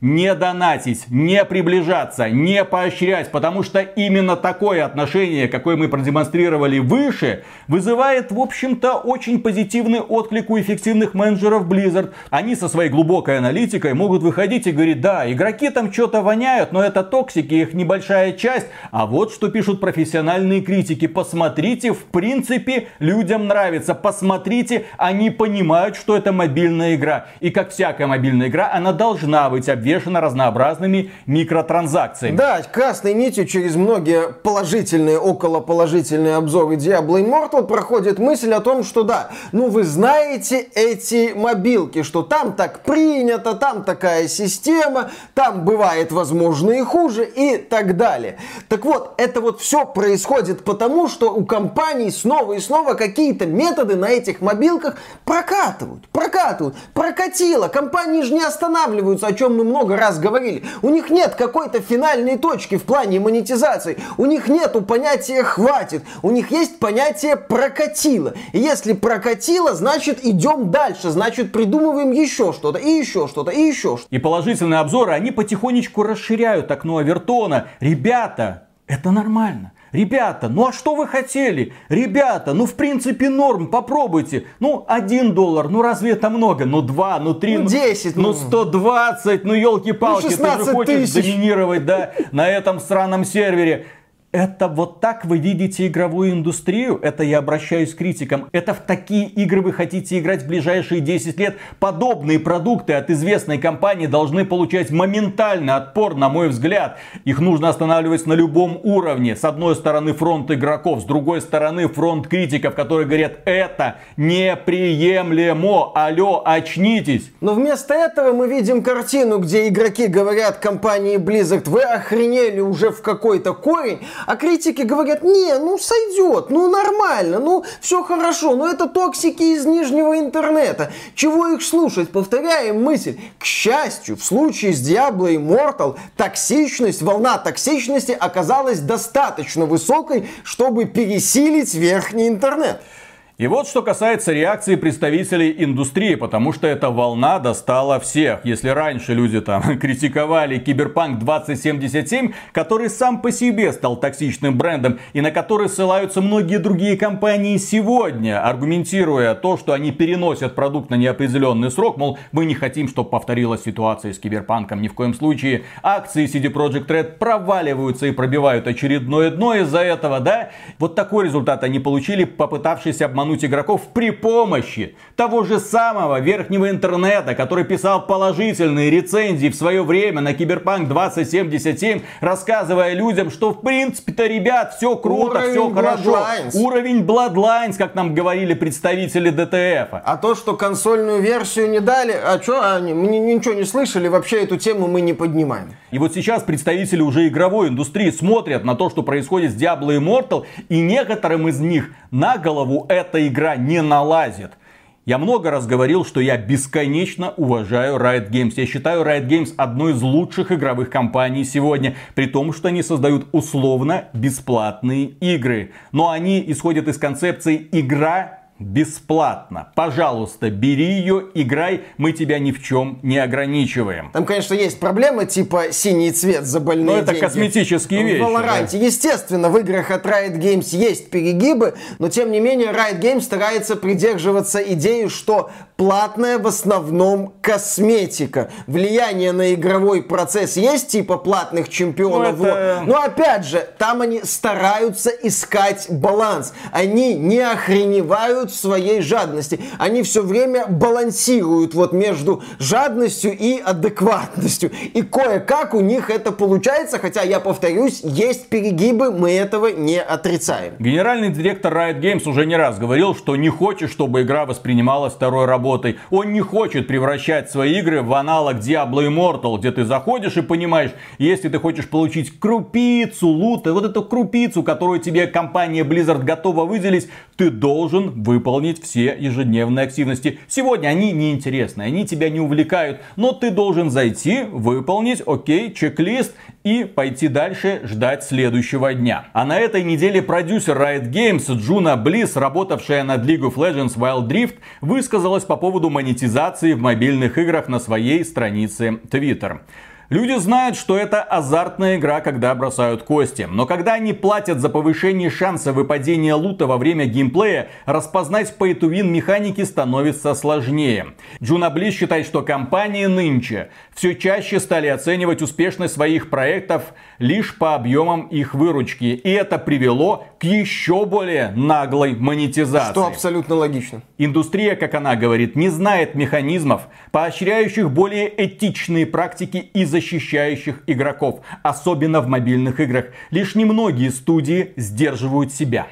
не донатить, не приближаться, не поощрять, потому что именно такое отношение, какое мы продемонстрировали выше, вызывает, в общем-то, очень позитивный отклик у эффективных менеджеров Blizzard. Они со своей глубокой аналитикой могут выходить и говорить: да, игроки там что-то воняют, но это токсики, их небольшая часть. А вот что пишут профессиональные критики: посмотрите, в принципе, людям нравится, посмотрите, они понимают, что это мобильная игра. И как всякая мобильная игра, она должна быть обвешана разнообразными микротранзакциями. Да, красной нитью через многие положительные, околоположительные обзоры Diablo Immortal проходит мысль о том, что да, ну вы знаете эти мобилки, что там так принято, там такая система, там бывает возможно и хуже и так далее. Так вот, это вот все происходит потому, что у компаний снова и снова какие-то методы на этих мобилках прокатывают, прокатывают, прокатило. Компании же не останавливаются, о чем мы много раз говорили. У них нет какой-то финальной точки в плане монетизации. У них нету понятия «хватит». У них есть понятие «прокатило». И если прокатило, значит идем дальше. Значит придумываем еще что-то, и еще что-то, и еще что-то. И положительные обзоры, они потихонечку расширяют окно Овертона. Ребята, это нормально. Ребята, ну а что вы хотели? Ребята, ну в принципе норм, попробуйте. Ну один доллар, ну разве это много? Ну два, ну три, ну десять, ну, ну сто двадцать, ну елки-палки, ну, ты же хочешь тысяч. доминировать, да, на этом сраном сервере. Это вот так вы видите игровую индустрию? Это я обращаюсь к критикам. Это в такие игры вы хотите играть в ближайшие десять лет? Подобные продукты от известной компании должны получать моментальный отпор, на мой взгляд. Их нужно останавливать на любом уровне. С одной стороны фронт игроков, с другой стороны фронт критиков, которые говорят: это неприемлемо, алло, очнитесь. Но вместо этого мы видим картину, где игроки говорят компании Blizzard: вы охренели уже в какой-то корень. А критики говорят: не, ну сойдет, ну нормально, ну все хорошо, но это токсики из нижнего интернета. Чего их слушать? Повторяем мысль. К счастью, в случае с Diablo Immortal токсичность, волна токсичности оказалась достаточно высокой, чтобы пересилить верхний интернет. И вот что касается реакции представителей индустрии, потому что эта волна достала всех. Если раньше люди там критиковали Киберпанк двадцать семьдесят семь, который сам по себе стал токсичным брендом и на который ссылаются многие другие компании сегодня, аргументируя то, что они переносят продукт на неопределенный срок, мол, мы не хотим, чтобы повторилась ситуация с Киберпанком ни в коем случае. Акции си ди Projekt Red проваливаются и пробивают очередное дно из-за этого, да? Вот такой результат они получили, попытавшись обмануть игроков при помощи того же самого верхнего интернета, который писал положительные рецензии в свое время на Киберпанк двадцать семьдесят семь, рассказывая людям, что в принципе-то, ребят, все круто, уровень все хорошо. Bloodlines. Уровень Bloodlines, как нам говорили представители ди ти эф. А то, что консольную версию не дали, а что они? Мы ничего не слышали, вообще эту тему мы не поднимаем. И вот сейчас представители уже игровой индустрии смотрят на то, что происходит с Diablo Immortal, и некоторым из них на голову эта игра не налазит. Я много раз говорил, что я бесконечно уважаю Riot Games. Я считаю Riot Games одной из лучших игровых компаний сегодня. При том, что они создают условно бесплатные игры. Но они исходят из концепции «игра бесплатно. Пожалуйста, бери ее, играй, мы тебя ни в чем не ограничиваем». Там, конечно, есть проблемы, типа синий цвет за больные деньги. Но это косметические вещи. В Valorant, да? Естественно, в играх от Riot Games есть перегибы, но тем не менее Riot Games старается придерживаться идеи, что платная в основном косметика. Влияние на игровой процесс есть, типа платных чемпионов. Ну, это... Но опять же, там они стараются искать баланс. Они не охреневают в своей жадности. Они все время балансируют вот между жадностью и адекватностью. И кое-как у них это получается, хотя, я повторюсь, есть перегибы, мы этого не отрицаем. Генеральный директор Riot Games уже не раз говорил, что не хочет, чтобы игра воспринималась второй работой. Он не хочет превращать свои игры в аналог Diablo Immortal, где ты заходишь и понимаешь, если ты хочешь получить крупицу лута, вот эту крупицу, которую тебе компания Blizzard готова выделить, ты должен выполнить все ежедневные активности. Сегодня они неинтересны, они тебя не увлекают, но ты должен зайти, выполнить, окей, чек-лист и пойти дальше ждать следующего дня. А на этой неделе продюсер Riot Games Джуна Блисс, работавшая над League of Legends Wild Rift, высказалась по поводу монетизации в мобильных играх на своей странице Twitter. Люди знают, что это азартная игра, когда бросают кости. Но когда они платят за повышение шанса выпадения лута во время геймплея, распознать pay-to-win механики становится сложнее. Джуна Близ считает, что компании нынче все чаще стали оценивать успешность своих проектов лишь по объемам их выручки. И это привело к еще более наглой монетизации. Что абсолютно логично. Индустрия, как она говорит, не знает механизмов, поощряющих более этичные практики и защищающих игроков, особенно в мобильных играх. Лишь немногие студии сдерживают себя.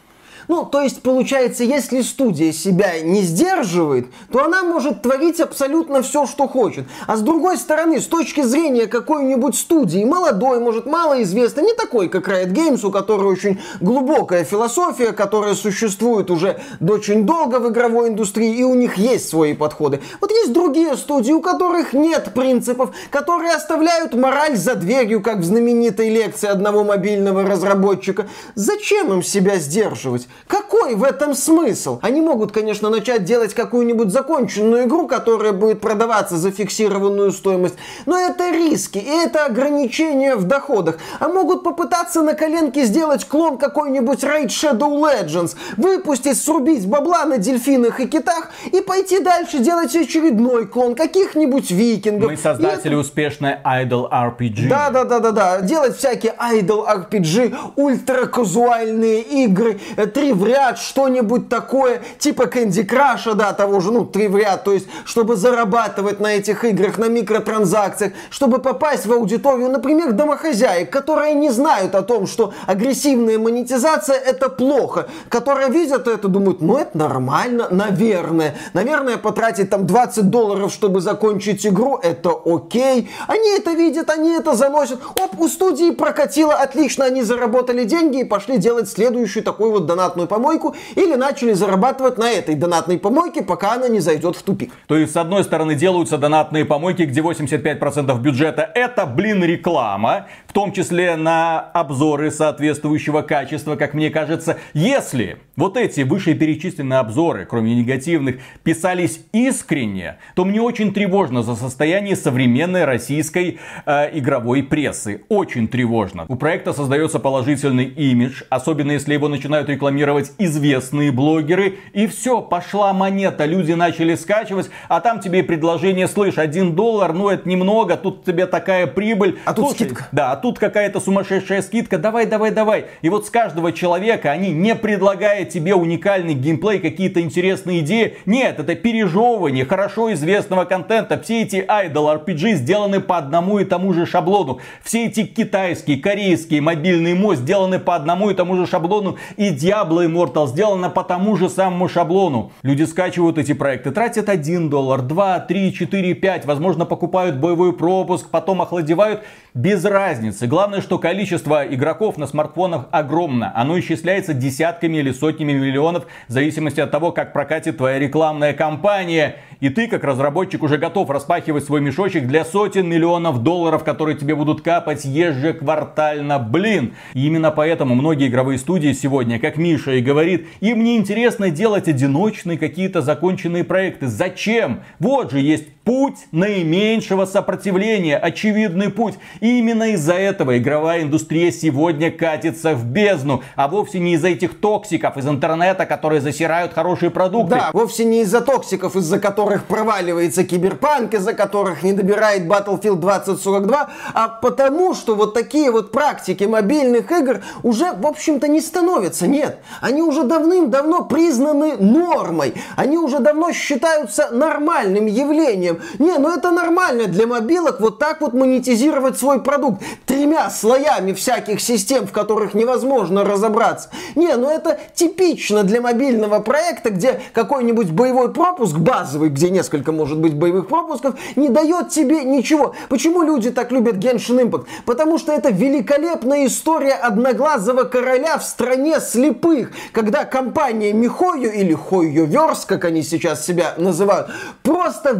Ну, то есть, получается, если студия себя не сдерживает, то она может творить абсолютно все, что хочет. А с другой стороны, с точки зрения какой-нибудь студии, молодой, может, малоизвестной, не такой, как Riot Games, у которой очень глубокая философия, которая существует уже очень долго в игровой индустрии, и у них есть свои подходы. Вот есть другие студии, у которых нет принципов, которые оставляют мораль за дверью, как в знаменитой лекции одного мобильного разработчика. Зачем им себя сдерживать? Какой в этом смысл? Они могут, конечно, начать делать какую-нибудь законченную игру, которая будет продаваться за фиксированную стоимость, но это риски, и это ограничения в доходах. А могут попытаться на коленке сделать клон какой-нибудь Raid Shadow Legends, выпустить, срубить бабла на дельфинах и китах и пойти дальше делать очередной клон каких-нибудь викингов. Мы создатели это... успешной Idle ар пи джи. Да-да-да-да-да. Делать всякие Idle ар пи джи, ультраказуальные игры, три в ряд, что-нибудь такое, типа Candy Crush, да, того же, ну, три в ряд, то есть, чтобы зарабатывать на этих играх, на микротранзакциях, чтобы попасть в аудиторию, например, домохозяек, которые не знают о том, что агрессивная монетизация это плохо, которые видят это, думают, ну, это нормально, наверное, наверное, потратить там двадцать долларов, чтобы закончить игру, это окей, они это видят, они это заносят, оп, у студии прокатило, отлично, они заработали деньги и пошли делать следующую такую вот донатную помойку или начали зарабатывать на этой донатной помойке, пока она не зайдет в тупик. То есть, с одной стороны, делаются донатные помойки, где восемьдесят пять процентов бюджета это, блин, реклама, в том числе на обзоры соответствующего качества, как мне кажется. Если вот эти вышеперечисленные обзоры, кроме негативных, писались искренне, то мне очень тревожно за состояние современной российской э, игровой прессы. Очень тревожно. У проекта создается положительный имидж, особенно если его начинают рекламировать известные блогеры, и все, пошла монета, люди начали скачивать, а там тебе предложение, слышь, один доллар, ну это немного, тут тебе такая прибыль. А тут Слушай, скидка. Да, а тут какая-то сумасшедшая скидка, давай, давай, давай. И вот с каждого человека они, не предлагая тебе уникальный геймплей, какие-то интересные идеи, нет, это пережевывание хорошо известного контента. Все эти Idle ар пи джи сделаны по одному и тому же шаблону. Все эти китайские, корейские мобильные мо сделаны по одному и тому же шаблону. И Diablo Immortal сделано по тому же самому шаблону. Люди скачивают эти проекты, тратят один доллар, два, три, четыре, пять, возможно, покупают боевой пропуск, потом охладевают. Без разницы. Главное, что количество игроков на смартфонах огромно. Оно исчисляется десятками или сотнями миллионов, в зависимости от того, как прокатит твоя рекламная кампания. И ты, как разработчик, уже готов распахивать свой мешочек для сотен миллионов долларов, которые тебе будут капать ежеквартально. Блин! И именно поэтому многие игровые студии сегодня, как Миша и говорит, им не интересно делать одиночные какие-то законченные проекты. Зачем? Вот же есть путь наименьшего сопротивления, очевидный путь. И именно из-за этого игровая индустрия сегодня катится в бездну, а вовсе не из-за этих токсиков из интернета, которые засирают хорошие продукты. Да, вовсе не из-за токсиков, из-за которых проваливается Киберпанк, из-за которых не добирает Battlefield двадцать сорок два, а потому, что вот такие вот практики мобильных игр уже, в общем-то, не становятся. Нет, они уже давным-давно признаны нормой, они уже давно считаются нормальным явлением. Не, ну это нормально для мобилок вот так вот монетизировать свой продукт тремя слоями всяких систем, в которых невозможно разобраться. Не, ну это типично для мобильного проекта, где какой-нибудь боевой пропуск базовый, где несколько может быть боевых пропусков, не дает тебе ничего. Почему люди так любят Genshin Impact? Потому что это великолепная история одноглазого короля в стране слепых, когда компания Mihoyo или Hoyoverse, как они сейчас себя называют, просто ввела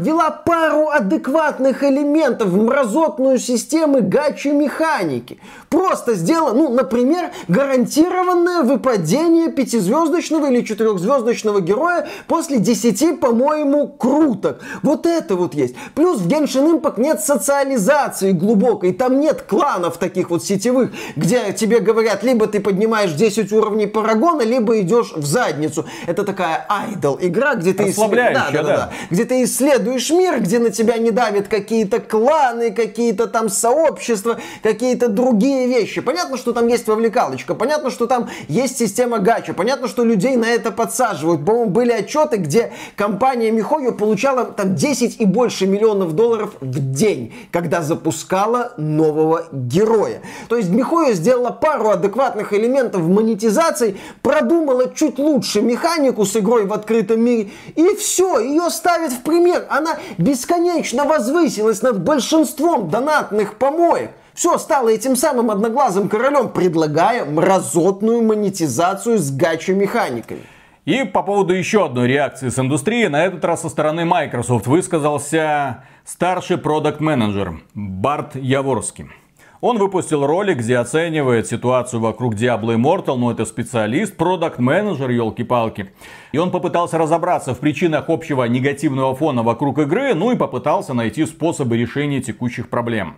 пару адекватных элементов в мразотную систему гачи-механики. Просто сделала, ну, например, гарантированное выпадение пятизвездочного или четырехзвездочного героя после десяти, по-моему, круток. Вот это вот есть. Плюс в Genshin Impact нет социализации глубокой. Там нет кланов таких вот сетевых, где тебе говорят, либо ты поднимаешь десять уровней Парагона, либо идешь в задницу. Это такая айдол игра, где ты, исслед... да, да, да, да. где ты исследуешь мир, где на тебя не давят какие-то кланы, какие-то там сообщества, какие-то другие вещи. Понятно, что там есть вовлекалочка, понятно, что там есть система гача, понятно, что людей на это подсаживают. По-моему, были отчеты, где компания MiHoYo получала там десять и больше миллионов долларов в день, когда запускала нового героя. То есть MiHoYo сделала пару адекватных элементов в монетизации, продумала чуть лучше механику с игрой в открытом мире, и все, ее ставят в пример. Она бесконечно возвысилась над большинством донатных помоек. Все, стало этим самым одноглазым королем, предлагая мразотную монетизацию с гача-механиками. И по поводу еще одной реакции с индустрии, на этот раз со стороны Microsoft высказался старший продакт-менеджер Барт Яворский. Он выпустил ролик, где оценивает ситуацию вокруг Diablo Immortal, ну это специалист, продакт-менеджер, елки-палки. И он попытался разобраться в причинах общего негативного фона вокруг игры, ну и попытался найти способы решения текущих проблем.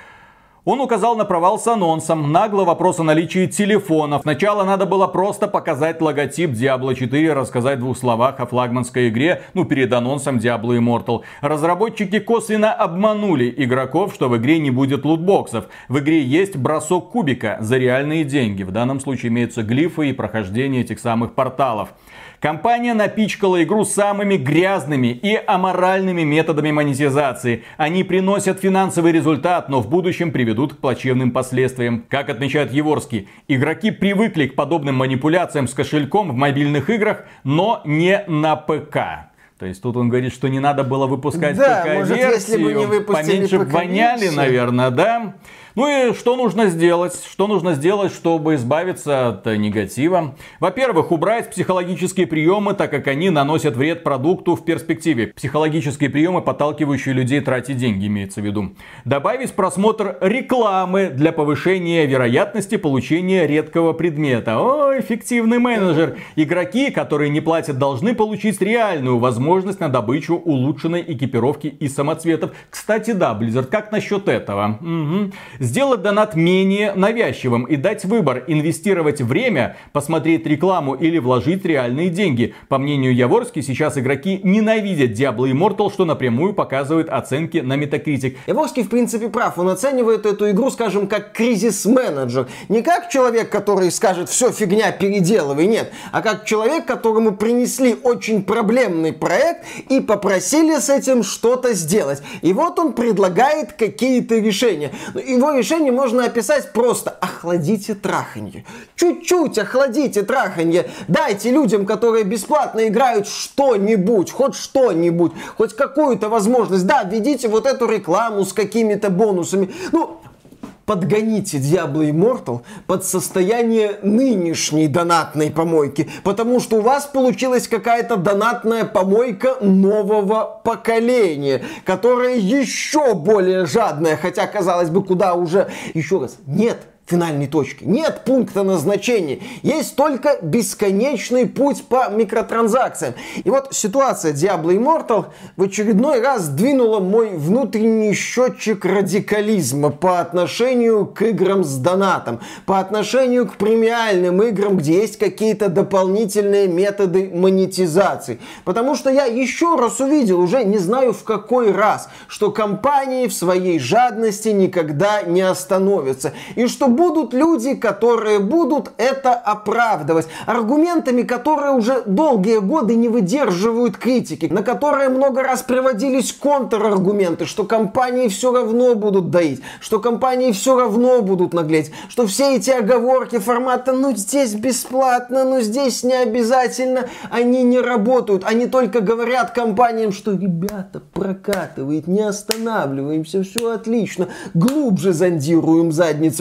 Он указал на провал с анонсом, наглый вопрос о наличии телефонов. Сначала надо было просто показать логотип Diablo четыре, рассказать в двух словах о флагманской игре, ну перед анонсом Diablo Immortal. Разработчики косвенно обманули игроков, что в игре не будет лутбоксов. В игре есть бросок кубика за реальные деньги. В данном случае имеются глифы и прохождение этих самых порталов. Компания напичкала игру самыми грязными и аморальными методами монетизации. Они приносят финансовый результат, но в будущем приведут к плачевным последствиям. Как отмечает Яворский, игроки привыкли к подобным манипуляциям с кошельком в мобильных играх, но не на ПК. То есть тут он говорит, что не надо было выпускать да, ПК-версию, может, если бы не выпустили поменьше воняли, наверное, да? Ну и что нужно сделать? Что нужно сделать, чтобы избавиться от негатива? Во-первых, убрать психологические приемы, так как они наносят вред продукту в перспективе. Психологические приемы, подталкивающие людей тратить деньги, имеется в виду. Добавить просмотр рекламы для повышения вероятности получения редкого предмета. О, эффективный менеджер. Игроки, которые не платят, должны получить реальную возможность на добычу улучшенной экипировки и самоцветов. Кстати, да, Blizzard, как насчет этого? Угу. Сделать донат менее навязчивым и дать выбор: инвестировать время, посмотреть рекламу или вложить реальные деньги. По мнению Яворски, сейчас игроки ненавидят Diablo Immortal, что напрямую показывает оценки на Metacritic. Яворский в принципе прав, он оценивает эту игру, скажем, как кризис-менеджер. Не как человек, который скажет: все, фигня, переделывай, нет. А как человек, которому принесли очень проблемный проект и попросили с этим что-то сделать. И вот он предлагает какие-то решения. Его решение можно описать просто: охладите траханье. Чуть-чуть охладите траханье. Дайте людям, которые бесплатно играют, что-нибудь, хоть что-нибудь, хоть какую-то возможность. Да, введите вот эту рекламу с какими-то бонусами. Ну, подгоните Diablo Immortal под состояние нынешней донатной помойки, потому что у вас получилась какая-то донатная помойка нового поколения, которая еще более жадная, хотя, казалось бы, куда уже... Еще раз, нет финальной точки, нет пункта назначения, есть только бесконечный путь по микротранзакциям. И вот ситуация Diablo Immortal в очередной раз сдвинула мой внутренний счетчик радикализма по отношению к играм с донатом, по отношению к премиальным играм, где есть какие-то дополнительные методы монетизации. Потому что я еще раз увидел, уже не знаю в какой раз, что компании в своей жадности никогда не остановятся. И что будут люди, которые будут это оправдывать аргументами, которые уже долгие годы не выдерживают критики, на которые много раз приводились контраргументы, что компании все равно будут доить, что компании все равно будут наглеть, что все эти оговорки формата «ну здесь бесплатно, ну здесь не обязательно», они не работают. Они только говорят компаниям, что ребята, прокатывает, не останавливаемся, все отлично, глубже зондируем задницы пользователей.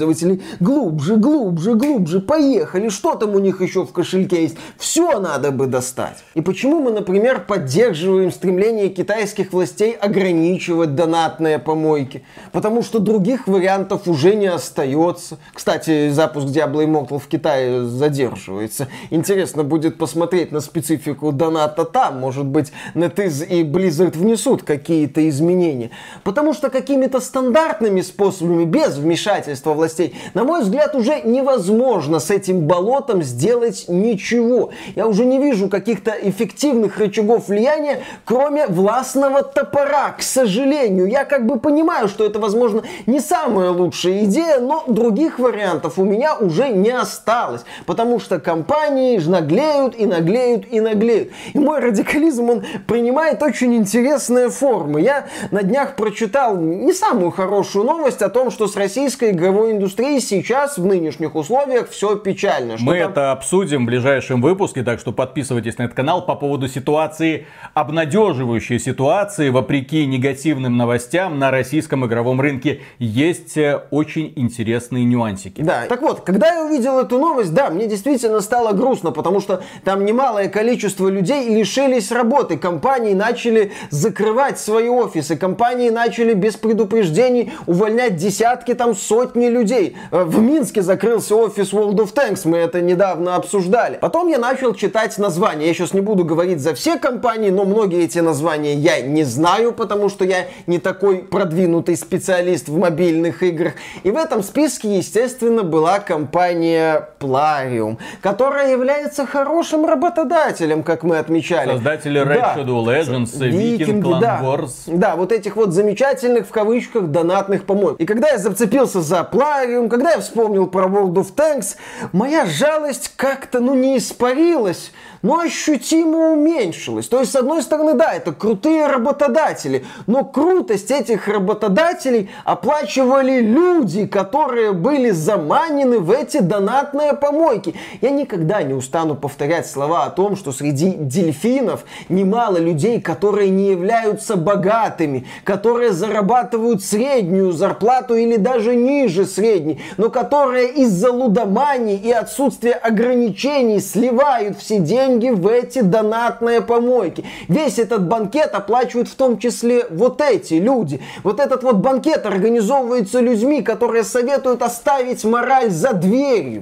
пользователей. Глубже, глубже, глубже, поехали. Что там у них еще в кошельке есть? Все надо бы достать. И почему мы, например, поддерживаем стремление китайских властей ограничивать донатные помойки? Потому что других вариантов уже не остается. Кстати, запуск Diablo Immortal в Китае задерживается. Интересно будет посмотреть на специфику доната там. Может быть, NetEase и Blizzard внесут какие-то изменения. Потому что какими-то стандартными способами, без вмешательства властей, на мой взгляд, уже невозможно с этим болотом сделать ничего. Я уже не вижу каких-то эффективных рычагов влияния, кроме властного топора. К сожалению, я как бы понимаю, что это, возможно, не самая лучшая идея, но других вариантов у меня уже не осталось. Потому что компании наглеют и наглеют и наглеют. И мой радикализм, он принимает очень интересные формы. Я на днях прочитал не самую хорошую новость о том, что с российской игровой индустрией сейчас в нынешних условиях все печально. Что Мы там... это обсудим в ближайшем выпуске, так что подписывайтесь на этот канал по поводу ситуации, обнадеживающей ситуации, вопреки негативным новостям на российском игровом рынке. Есть очень интересные нюансики. Да, так вот, когда я увидел эту новость, да, мне действительно стало грустно, потому что там немалое количество людей лишились работы. Компании начали закрывать свои офисы, компании начали без предупреждений увольнять десятки, там сотни людей. В Минске закрылся офис World of Tanks, мы это недавно обсуждали. Потом я начал читать названия. Я сейчас не буду говорить за все компании, но многие эти названия я не знаю, потому что я не такой продвинутый специалист в мобильных играх. И в этом списке, естественно, была компания Plarium, которая является хорошим работодателем, как мы отмечали. Создатели Red да. Shadow Legends, Viking, Clan да. Wars. Да, вот этих вот замечательных, в кавычках, донатных помоек. И когда я зацепился за Plarium, когда я вспомнил про World of Tanks, моя жалость как-то, ну, не испарилась, но ощутимо уменьшилась. То есть, с одной стороны, да, это крутые работодатели, но крутость этих работодателей оплачивали люди, которые были заманены в эти донатные помойки. Я никогда не устану повторять слова о том, что среди дельфинов немало людей, которые не являются богатыми, которые зарабатывают среднюю зарплату или даже ниже средней, но которые из-за лудомании и отсутствия ограничений сливают все деньги в эти донатные помойки. Весь этот банкет оплачивают в том числе вот эти люди. Вот этот вот банкет организовывается людьми, которые советуют оставить мораль за дверью.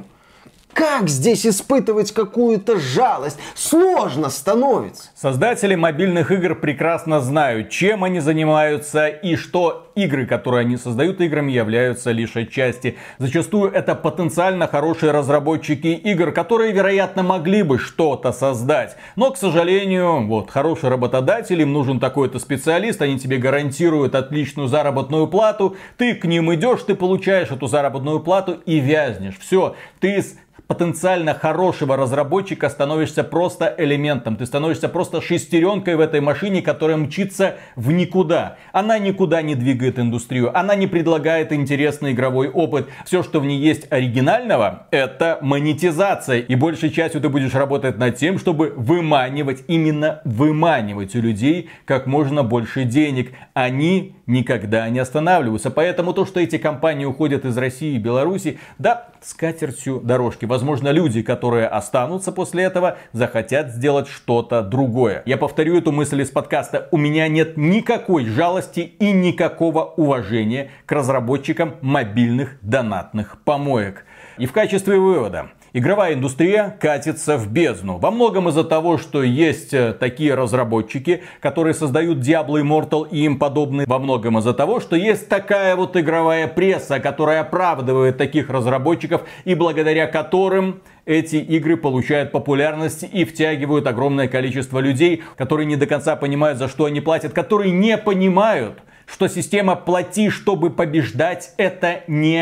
Как здесь испытывать какую-то жалость? Сложно становится. Создатели мобильных игр прекрасно знают, чем они занимаются и что игры, которые они создают играми, являются лишь отчасти. Зачастую это потенциально хорошие разработчики игр, которые, вероятно, могли бы что-то создать. Но, к сожалению, вот, хороший работодатель, им нужен такой-то специалист, они тебе гарантируют отличную заработную плату, ты к ним идешь, ты получаешь эту заработную плату и вязнешь. Все, ты с потенциально хорошего разработчика становишься просто элементом. Ты становишься просто шестеренкой в этой машине, которая мчится в никуда. Она никуда не двигает индустрию. Она не предлагает интересный игровой опыт. Все, что в ней есть оригинального, это монетизация. И большей частью ты будешь работать над тем, чтобы выманивать, именно выманивать у людей как можно больше денег. Они никогда не останавливаются. Поэтому то, что эти компании уходят из России и Беларуси, да, с катертью дорожки. Возможно, люди, которые останутся после этого, захотят сделать что-то другое. Я повторю эту мысль из подкаста. У меня нет никакой жалости и никакого уважения к разработчикам мобильных донатных помоек. И в качестве вывода. Игровая индустрия катится в бездну. Во многом из-за того, что есть такие разработчики, которые создают Diablo Immortal и им подобные. Во многом из-за того, что есть такая вот игровая пресса, которая оправдывает таких разработчиков и благодаря которым эти игры получают популярность и втягивают огромное количество людей, которые не до конца понимают, за что они платят, которые не понимают, что система «плати, чтобы побеждать» — это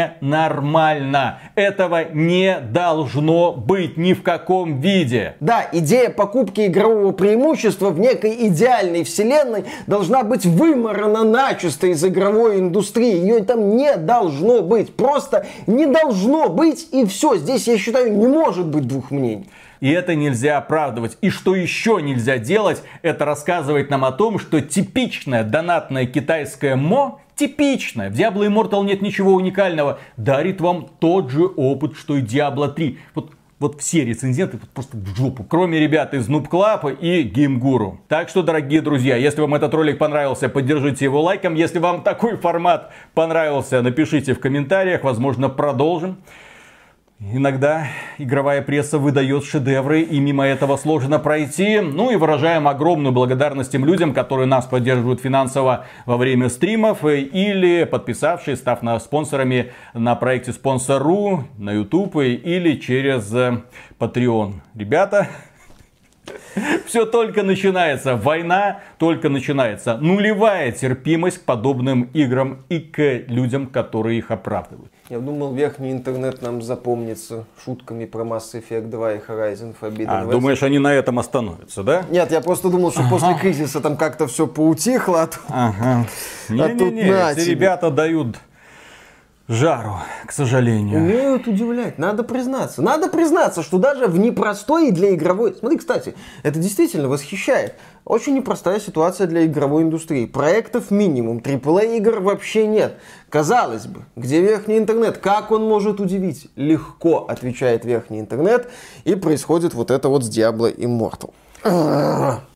ненормально. Этого не должно быть ни в каком виде. Да, идея покупки игрового преимущества в некой идеальной вселенной должна быть выморана начисто из игровой индустрии. Ее там не должно быть. Просто не должно быть, и все. Здесь, я считаю, не может быть двух мнений. И это нельзя оправдывать. И что еще нельзя делать, это рассказывать нам о том, что типичная донатная китайская мо, типичная, в Diablo Immortal нет ничего уникального, дарит вам тот же опыт, что и Diablo три. Вот Вот все рецензенты просто в жопу. Кроме ребят из Noob Club и Game Guru. Так что, дорогие друзья, если вам этот ролик понравился, поддержите его лайком. Если вам такой формат понравился, напишите в комментариях. Возможно, продолжим. Иногда игровая пресса выдает шедевры, и мимо этого сложно пройти. Ну и выражаем огромную благодарность тем людям, которые нас поддерживают финансово во время стримов, или подписавшие, став на спонсорами на проекте Sponsor.ru, на YouTube или через Patreon. Ребята, все только начинается. Война только начинается. Нулевая терпимость к подобным играм и к людям, которые их оправдывают. Я думал, верхний интернет нам запомнится шутками про Mass Effect два и Horizon Forbidden А, West. думаешь, они на этом остановятся, да? Нет, я просто думал, что ага. после кризиса там как-то все поутихло. А тут, ага. Не, а не, тут не, на эти тебе. ребята дают жару, к сожалению. Умеют удивлять, надо признаться. Надо признаться, что даже в непростой для игровой... Смотри, кстати, это действительно восхищает. Очень непростая ситуация для игровой индустрии. Проектов минимум, трипл эй игр вообще нет. Казалось бы, где верхний интернет? Как он может удивить? Легко, отвечает верхний интернет, и происходит вот это вот с Diablo Immortal.